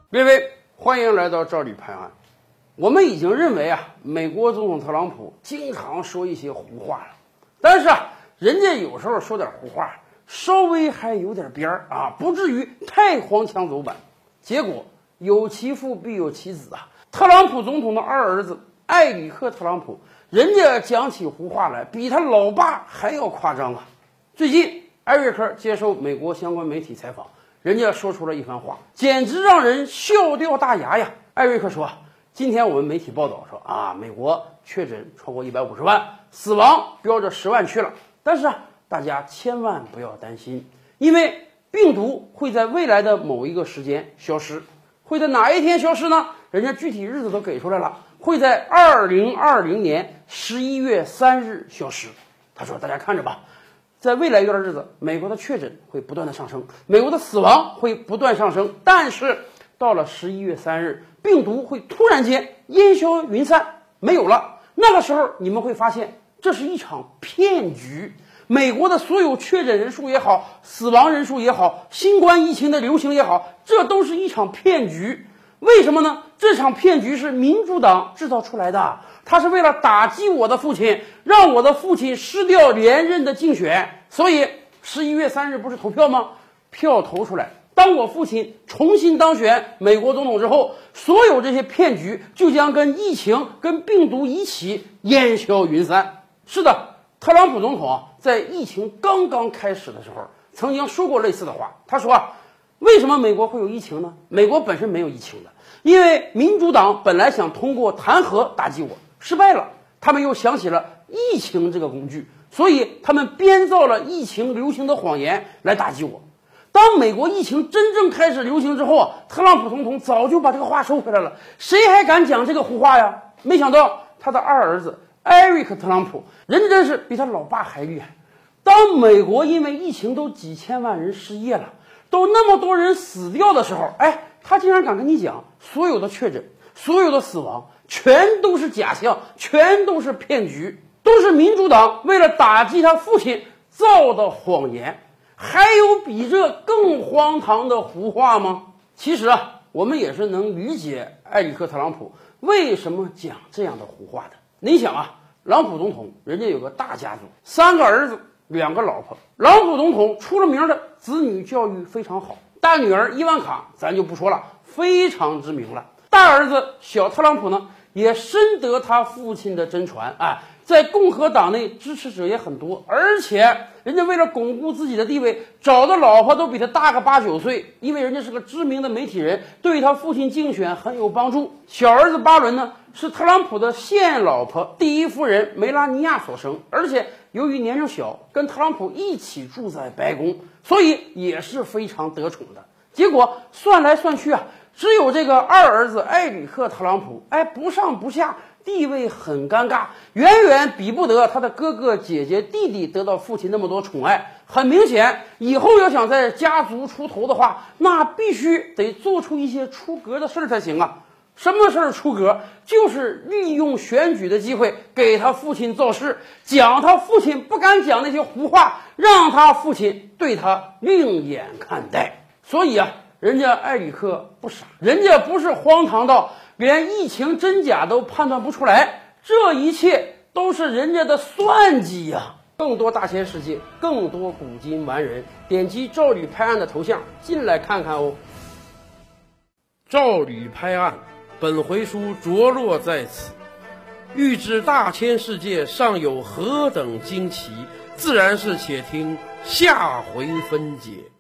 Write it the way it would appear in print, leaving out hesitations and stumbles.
各位，欢迎来到赵李拍案。我们已经认为美国总统特朗普经常说一些胡话了，但是人家有时候说点胡话，稍微还有点边儿不至于太荒腔走板。结果有其父必有其子特朗普总统的二儿子艾里克·特朗普，人家讲起胡话来比他老爸还要夸张最近艾瑞克接受美国相关媒体采访，人家说出了一番话，简直让人笑掉大牙呀！艾瑞克说，今天我们媒体报道说美国确诊超过150万，死亡飙着10万去了。但是大家千万不要担心，因为病毒会在未来的某一个时间消失。会在哪一天消失呢？人家具体日子都给出来了，会在2020年11月3日消失。他说，大家看着吧，在未来一段日子，美国的确诊会不断的上升，美国的死亡会不断上升，但是到了11月3日，病毒会突然间烟消云散，没有了。那个时候你们会发现，这是一场骗局。美国的所有确诊人数也好，死亡人数也好，新冠疫情的流行也好，这都是一场骗局。为什么呢？这场骗局是民主党制造出来的，他是为了打击我的父亲，让我的父亲失掉连任的竞选。所以11月3日不是投票吗？票投出来，当我父亲重新当选美国总统之后，所有这些骗局就将跟疫情跟病毒一起烟消云散。是的，特朗普总统在疫情刚刚开始的时候曾经说过类似的话。他说为什么美国会有疫情呢？美国本身没有疫情的，因为民主党本来想通过弹劾打击我，失败了，他们又想起了疫情这个工具，所以他们编造了疫情流行的谎言来打击我。当美国疫情真正开始流行之后特朗普总统早就把这个话收回来了，谁还敢讲这个胡话呀？没想到他的二儿子艾瑞克·特朗普，人家真是比他老爸还厉害。当美国因为疫情都几千万人失业了，都那么多人死掉的时候，他竟然敢跟你讲，所有的确诊，所有的死亡全都是假象，全都是骗局，都是民主党为了打击他父亲造的谎言。还有比这更荒唐的胡话吗？其实我们也是能理解艾里克·特朗普为什么讲这样的胡话的。你想特朗普总统人家有个大家族，3个儿子2个老婆。特朗普总统出了名的子女教育非常好，大女儿伊万卡咱就不说了，非常知名了。大儿子小特朗普呢，也深得他父亲的真传在共和党内支持者也很多，而且人家为了巩固自己的地位，找的老婆都比他大个8、9岁，因为人家是个知名的媒体人，对他父亲竞选很有帮助。小儿子巴伦呢，是特朗普的现老婆第1夫人梅拉尼亚所生，而且由于年龄小，跟特朗普一起住在白宫，所以也是非常得宠的。结果算来算去只有这个二儿子艾里克·特朗普不上不下，地位很尴尬，远远比不得他的哥哥姐姐弟弟得到父亲那么多宠爱。很明显，以后要想在家族出头的话，那必须得做出一些出格的事儿才行什么事儿出格？就是利用选举的机会给他父亲造势，讲他父亲不敢讲那些胡话，让他父亲对他另眼看待。所以人家艾里克不傻，人家不是荒唐到连疫情真假都判断不出来，这一切都是人家的算计更多大千世界，更多古今完人，点击赵吕拍案的头像进来看看哦。赵吕拍案，本回书着落在此，欲知大千世界尚有何等惊奇，自然是且听下回分解。